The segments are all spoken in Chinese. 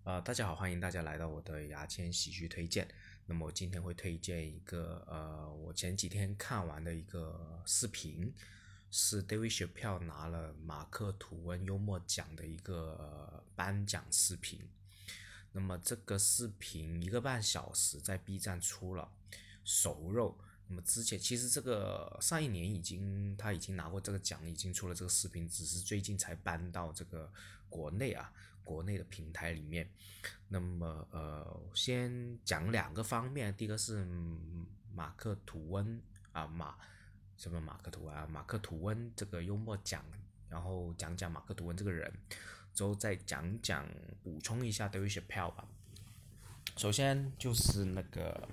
大家好，欢迎大家来到我的牙签喜剧推荐。那么我今天会推荐一个我前几天看完的一个视频，是 David Chappelle 拿了马克吐温幽默奖的一个颁奖视频。那么这个视频1个半小时在 B 站出了熟肉。那么之前其实这个上一年他已经拿过这个奖，已经出了这个视频，只是最近才搬到这个国内啊，国内的平台里面。那么先讲2个方面，第一个是马克吐温啊马克吐温马克吐温这个幽默奖，然后讲讲马克吐温这个人，之后再补充一下 David Chappelle 吧。首先就是那个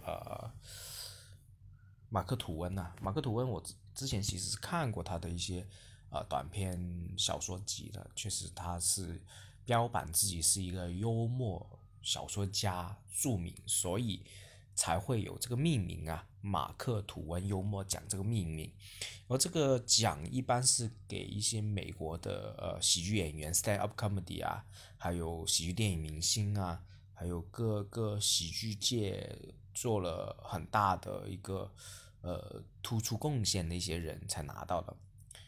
马克吐温马克吐温我之前其实是看过他的一些短篇小说集的，确实他是标榜自己是一个幽默小说家著名，所以才会有这个命名马克吐温幽默奖这个命名。而这个奖一般是给一些美国的喜剧演员 stand up comedy 还有喜剧电影明星还有各个喜剧界做了很大的一个突出贡献的一些人才拿到的。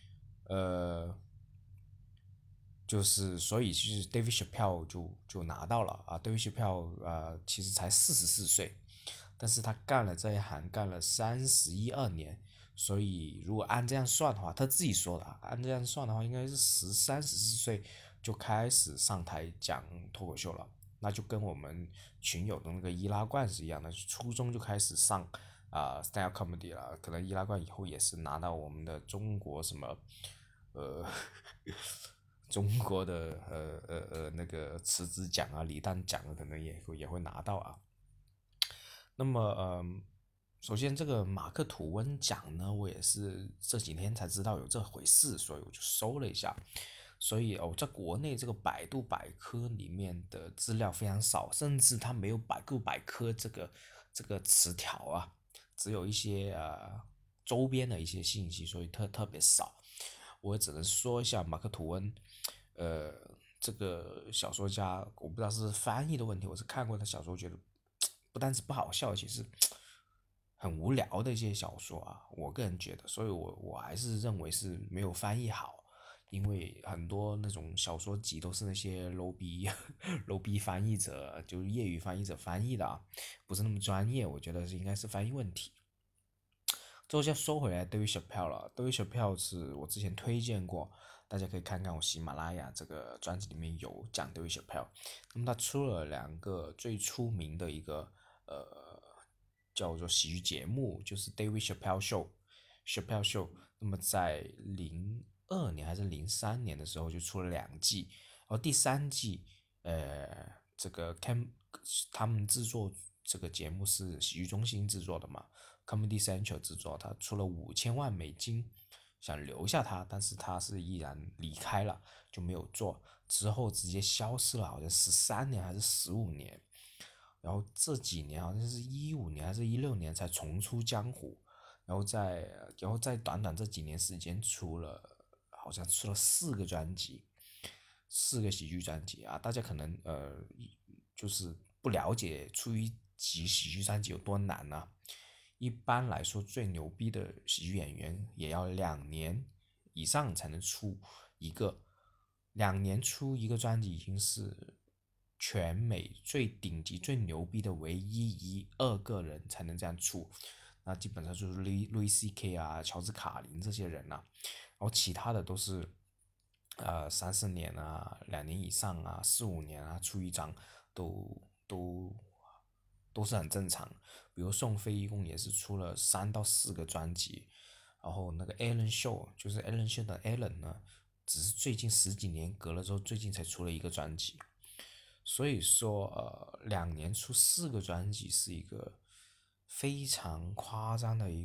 所以就是 David Chappelle 就拿到了David Chappelle 其实才44岁，但是他干了这一行干了31、2年，所以如果按这样算的话，他自己说的按这样算的话，应该是13、14岁就开始上台讲脱口秀了，那就跟我们群友的那个易拉罐是一样的，初中就开始上stand up comedy 了，可能易拉罐以后也是拿到我们的中国什么呃中国的那个辞职奖李诞奖可能也会拿到那么首先这个马克吐温奖呢，我也是这几天才知道有这回事，所以我就搜了一下。所以在国内这个百度百科里面的资料非常少，甚至它没有百度百科这个词条只有一些周边的一些信息，所以特别少。我只能说一下马克吐温，呃，这个小说家，我不知道是翻译的问题，我是看过他小说，觉得不单是不好笑，其实很无聊的一些小说我个人觉得，所以我还是认为是没有翻译好，因为很多那种小说集都是那些 low 逼 low 逼翻译者，就是业余翻译者翻译的不是那么专业，我觉得应该是翻译问题。之后就说回来，David Chappelle 了。David Chappelle 是我之前推荐过，大家可以看看我喜马拉雅这个专辑里面有讲 David Chappelle。那么他出了2个最出名的一个叫做喜剧节目，就是 David Chappelle Show。Chappelle Show。那么在02年还是03年的时候就出了2季，然后第3季这个他们制作这个节目是喜剧中心制作的嘛。Comedy Central 制作，他出了$5000，想留下他，但是他是毅然离开了，就没有做。之后直接消失了，好像13年还是15年。然后这几年好像是15年还是16年才重出江湖，然后在短短这几年时间好像出了4个专辑，4个喜剧专辑大家可能就是不了解出一集喜剧专辑有多难一般来说，最牛逼的喜剧演员也要2年以上才能出一个，2年出一个专辑已经是全美最顶级、最牛逼的唯一1、2个人才能这样出。那基本上就是路易 C.K. 乔治卡林这些人然后其他的都是3、4年2年以上4、5年出一张都都是很正常。比如宋飞一共也是出了3到4个专辑，然后那个 Alan Show 就是 Alan Show 的 Alan 呢，只是最近10几年隔了之后，最近才出了1个专辑。所以说2年出4个专辑是一个非常夸张的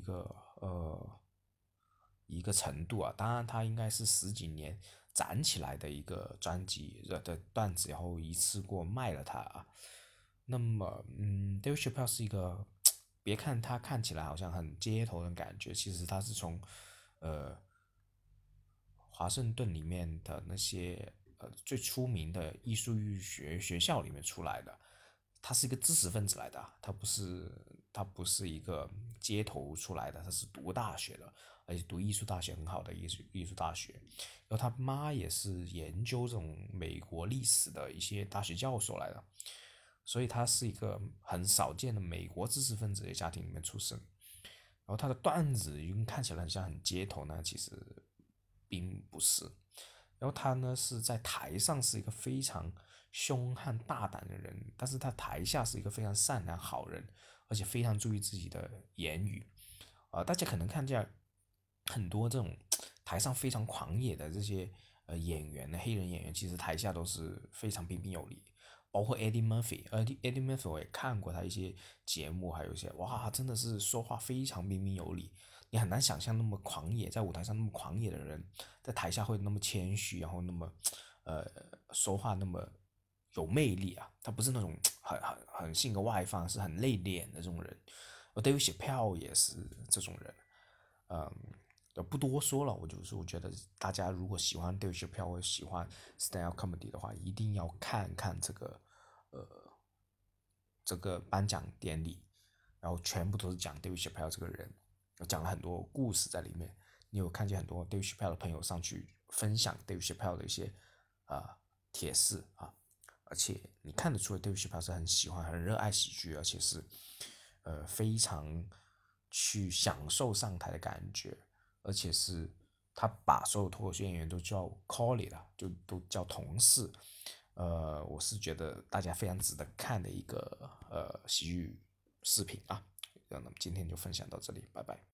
一个程度当然他应该是10几年攒起来的一个专辑的段子，然后一次过卖了它那么David Chappelle 是一个，别看他看起来好像很街头的感觉，其实他是从华盛顿里面的那些最出名的艺术学校里面出来的，他是一个知识分子来的，他不是一个街头出来的，他是读大学的，而且读艺术大学很好的艺术大学。然后他妈也是研究这种美国历史的一些大学教授来的，所以他是一个很少见的美国知识分子的家庭里面出生。然后他的段子因为看起来很像很街头呢，其实并不是。然后他呢是在台上是一个非常凶悍大胆的人，但是他台下是一个非常善良好人，而且非常注意自己的言语。大家可能看见很多这种台上非常狂野的这些演员呢，黑人演员，其实台下都是非常彬彬有礼。包括 Eddie Murphy，Eddie Murphy 我也看过他一些节目，还有一些哇，真的是说话非常彬彬有礼，你很难想象那么狂野，在舞台上那么狂野的人，在台下会那么谦虚，然后那么呃说话那么有魅力啊。他不是那种很性格外放，是很内敛的这种人。而 David Chappelle 也是这种人。嗯，不多说了，我觉得大家如果喜欢 Dave Chappelle 或者喜欢 stand up comedy 的话，一定要看看这个颁奖典礼，然后全部都是讲 Dave Chappelle 这个人，讲了很多故事在里面。你有看见很多 Dave Chappelle 的朋友上去分享 Dave Chappelle 的一些帖事啊，而且你看得出来 Dave Chappelle 是很喜欢、很热爱喜剧，而且是非常去享受上台的感觉，而且是他把所有脱口秀演员都叫 colleague 了，就都叫同事。我是觉得大家非常值得看的一个喜剧视频啊。那么今天就分享到这里，拜拜。